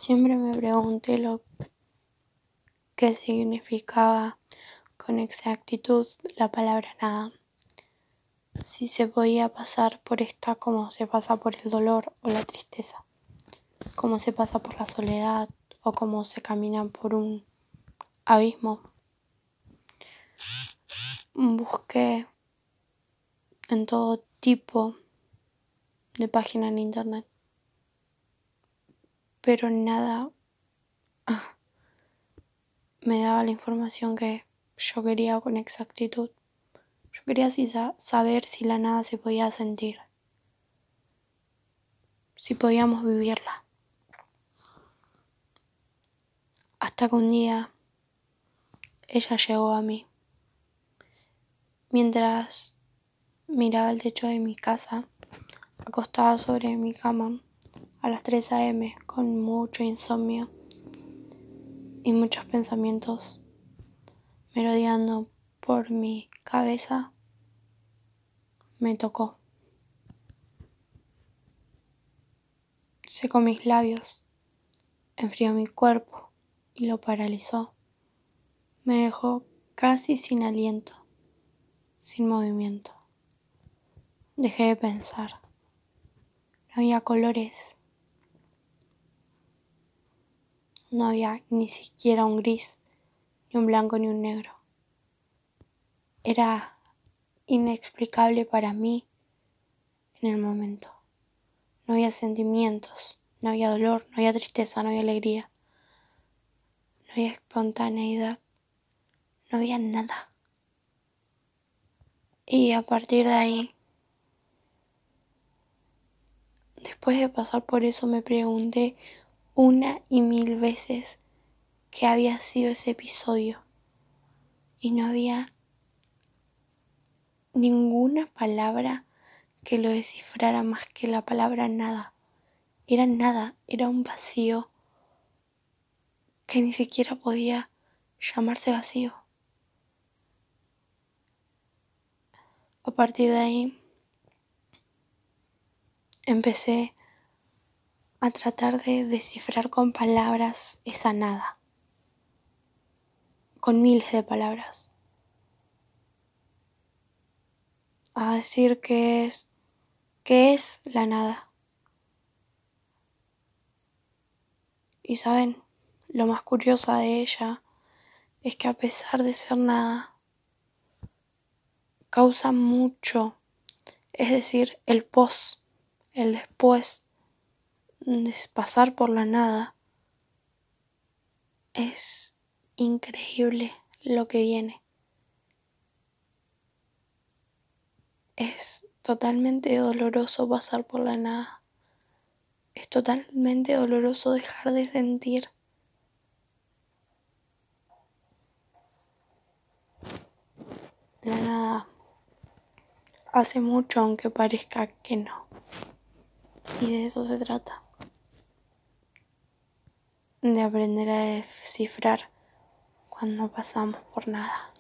Siempre me pregunté lo que significaba con exactitud la palabra nada. Si se podía pasar por esta como se pasa por el dolor o la tristeza, como se pasa por la soledad o como se camina por un abismo. Busqué en todo tipo de páginas en internet, pero nada me daba la información que yo quería con exactitud. Yo quería saber si la nada se podía sentir, si podíamos vivirla. Hasta que un día ella llegó a mí. Mientras miraba el techo de mi casa, acostada sobre mi cama a las 3 a.m. con mucho insomnio y muchos pensamientos merodeando por mi cabeza, me tocó. Secó mis labios, enfrió mi cuerpo y lo paralizó. Me dejó casi sin aliento, sin movimiento. Dejé de pensar. No había colores. No había ni siquiera un gris, ni un blanco, ni un negro. Era inexplicable para mí en el momento. No había sentimientos, no había dolor, no había tristeza, no había alegría. No había espontaneidad, no había nada. Y a partir de ahí, después de pasar por eso, me pregunté una y mil veces qué había sido ese episodio. Y no había ninguna palabra que lo descifrara más que la palabra nada. Era nada, era un vacío que ni siquiera podía llamarse vacío. A partir de ahí empecé a tratar de descifrar con palabras esa nada, con miles de palabras, a decir qué es la nada. Y saben, lo más curioso de ella es que a pesar de ser nada, causa mucho, es decir, el el después de pasar por la nada, es increíble lo que viene. Es totalmente doloroso pasar por la nada. Es totalmente doloroso dejar de sentir. La nada hace mucho aunque parezca que no. Y de eso se trata. De aprender a descifrar cuando pasamos por nada.